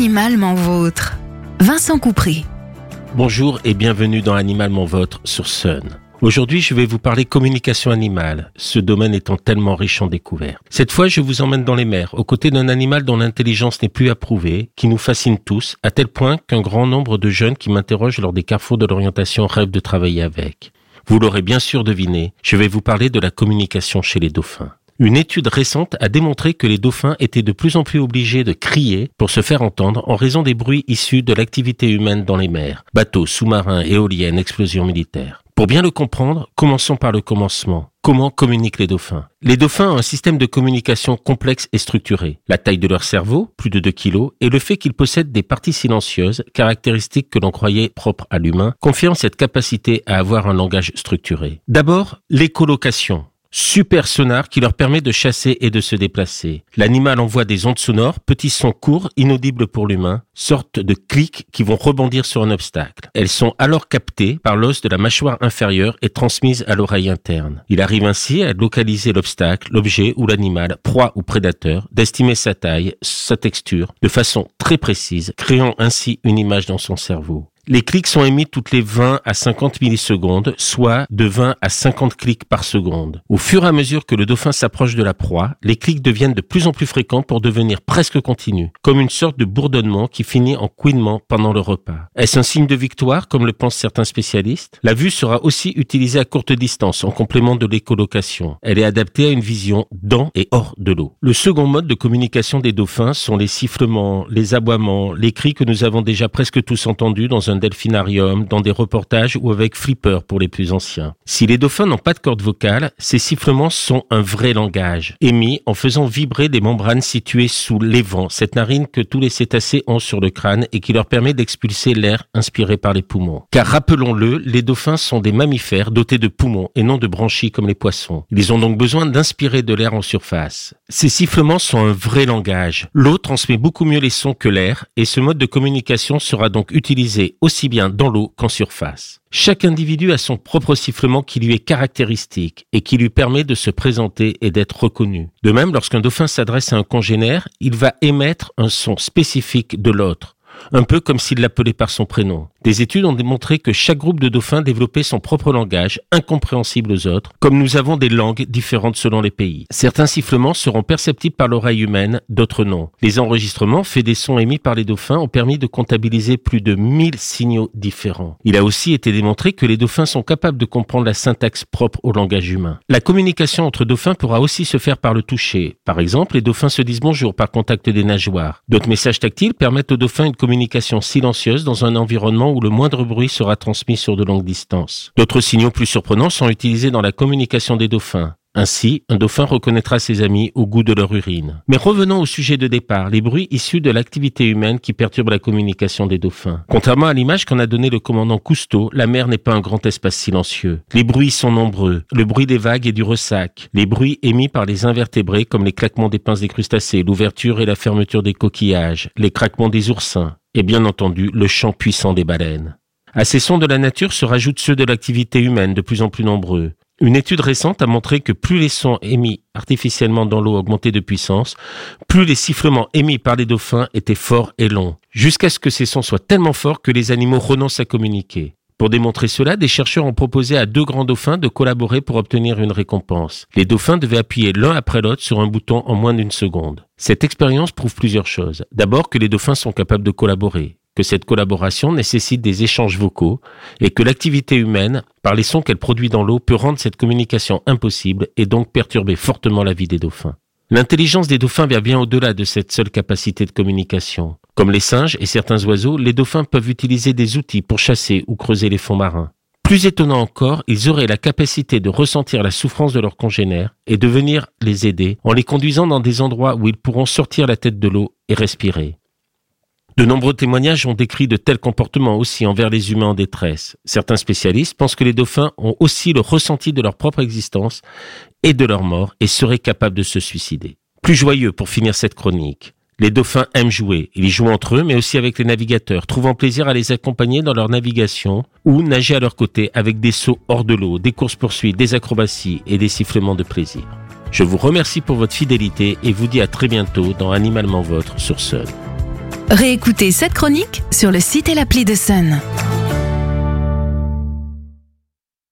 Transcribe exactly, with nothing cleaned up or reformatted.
Animalement vôtre. Vincent Coupry. Bonjour et bienvenue dans Animalement vôtre sur Sun. Aujourd'hui, je vais vous parler communication animale, ce domaine étant tellement riche en découvertes. Cette fois, je vous emmène dans les mers, aux côtés d'un animal dont l'intelligence n'est plus à prouver, qui nous fascine tous, à tel point qu'un grand nombre de jeunes qui m'interrogent lors des carrefours de l'orientation rêvent de travailler avec. Vous l'aurez bien sûr deviné, je vais vous parler de la communication chez les dauphins. Une étude récente a démontré que les dauphins étaient de plus en plus obligés de crier pour se faire entendre en raison des bruits issus de l'activité humaine dans les mers, bateaux, sous-marins, éoliennes, explosions militaires. Pour bien le comprendre, commençons par le commencement. Comment communiquent les dauphins ? Les dauphins ont un système de communication complexe et structuré. La taille de leur cerveau, plus de deux kilos, et le fait qu'ils possèdent des parties silencieuses, caractéristiques que l'on croyait propres à l'humain, confirment cette capacité à avoir un langage structuré. D'abord, l'écholocation. Super sonar qui leur permet de chasser et de se déplacer. L'animal envoie des ondes sonores, petits sons courts, inaudibles pour l'humain, sorte de clics qui vont rebondir sur un obstacle. Elles sont alors captées par l'os de la mâchoire inférieure et transmises à l'oreille interne. Il arrive ainsi à localiser l'obstacle, l'objet ou l'animal, proie ou prédateur, d'estimer sa taille, sa texture, de façon très précise, créant ainsi une image dans son cerveau. Les clics sont émis toutes les vingt à cinquante millisecondes, soit de vingt à cinquante clics par seconde. Au fur et à mesure que le dauphin s'approche de la proie, les clics deviennent de plus en plus fréquents pour devenir presque continus, comme une sorte de bourdonnement qui finit en couinement pendant le repas. Est-ce un signe de victoire, comme le pensent certains spécialistes ? La vue sera aussi utilisée à courte distance, en complément de l'écholocation. Elle est adaptée à une vision dans et hors de l'eau. Le second mode de communication des dauphins sont les sifflements, les aboiements, les cris que nous avons déjà presque tous entendus dans un delphinarium, dans des reportages ou avec Flipper pour les plus anciens. Si les dauphins n'ont pas de corde vocale, ces sifflements sont un vrai langage, émis en faisant vibrer les membranes situées sous l'évent, cette narine que tous les cétacés ont sur le crâne et qui leur permet d'expulser l'air inspiré par les poumons. Car rappelons-le, les dauphins sont des mammifères dotés de poumons et non de branchies comme les poissons. Ils ont donc besoin d'inspirer de l'air en surface. Ces sifflements sont un vrai langage. L'eau transmet beaucoup mieux les sons que l'air et ce mode de communication sera donc utilisé aussi bien dans l'eau qu'en surface. Chaque individu a son propre sifflement qui lui est caractéristique et qui lui permet de se présenter et d'être reconnu. De même, lorsqu'un dauphin s'adresse à un congénère, il va émettre un son spécifique de l'autre, un peu comme s'il l'appelait par son prénom. Des études ont démontré que chaque groupe de dauphins développait son propre langage, incompréhensible aux autres, comme nous avons des langues différentes selon les pays. Certains sifflements seront perceptibles par l'oreille humaine, d'autres non. Les enregistrements faits des sons émis par les dauphins ont permis de comptabiliser plus de mille signaux différents. Il a aussi été démontré que les dauphins sont capables de comprendre la syntaxe propre au langage humain. La communication entre dauphins pourra aussi se faire par le toucher. Par exemple, les dauphins se disent bonjour par contact des nageoires. D'autres messages tactiles permettent aux dauphins une communication silencieuse dans un environnement où le moindre bruit sera transmis sur de longues distances. D'autres signaux plus surprenants sont utilisés dans la communication des dauphins. Ainsi, un dauphin reconnaîtra ses amis au goût de leur urine. Mais revenons au sujet de départ, les bruits issus de l'activité humaine qui perturbent la communication des dauphins. Contrairement à l'image qu'en a donnée le commandant Cousteau, la mer n'est pas un grand espace silencieux. Les bruits sont nombreux. Le bruit des vagues et du ressac, les bruits émis par les invertébrés comme les claquements des pinces des crustacés, l'ouverture et la fermeture des coquillages, les craquements des oursins, et bien entendu le chant puissant des baleines. À ces sons de la nature se rajoutent ceux de l'activité humaine de plus en plus nombreux. Une étude récente a montré que plus les sons émis artificiellement dans l'eau augmentaient de puissance, plus les sifflements émis par les dauphins étaient forts et longs, jusqu'à ce que ces sons soient tellement forts que les animaux renoncent à communiquer. Pour démontrer cela, des chercheurs ont proposé à deux grands dauphins de collaborer pour obtenir une récompense. Les dauphins devaient appuyer l'un après l'autre sur un bouton en moins d'une seconde. Cette expérience prouve plusieurs choses. D'abord que les dauphins sont capables de collaborer, que cette collaboration nécessite des échanges vocaux et que l'activité humaine, par les sons qu'elle produit dans l'eau, peut rendre cette communication impossible et donc perturber fortement la vie des dauphins. L'intelligence des dauphins va bien au-delà de cette seule capacité de communication. Comme les singes et certains oiseaux, les dauphins peuvent utiliser des outils pour chasser ou creuser les fonds marins. Plus étonnant encore, ils auraient la capacité de ressentir la souffrance de leurs congénères et de venir les aider en les conduisant dans des endroits où ils pourront sortir la tête de l'eau et respirer. De nombreux témoignages ont décrit de tels comportements aussi envers les humains en détresse. Certains spécialistes pensent que les dauphins ont aussi le ressenti de leur propre existence et de leur mort et seraient capables de se suicider. Plus joyeux pour finir cette chronique. Les dauphins aiment jouer. Ils jouent entre eux, mais aussi avec les navigateurs, trouvant plaisir à les accompagner dans leur navigation ou nager à leur côté avec des sauts hors de l'eau, des courses-poursuites, des acrobaties et des sifflements de plaisir. Je vous remercie pour votre fidélité et vous dis à très bientôt dans Animalement Vôtre sur Sun. Réécoutez cette chronique sur le site et l'appli de Sun.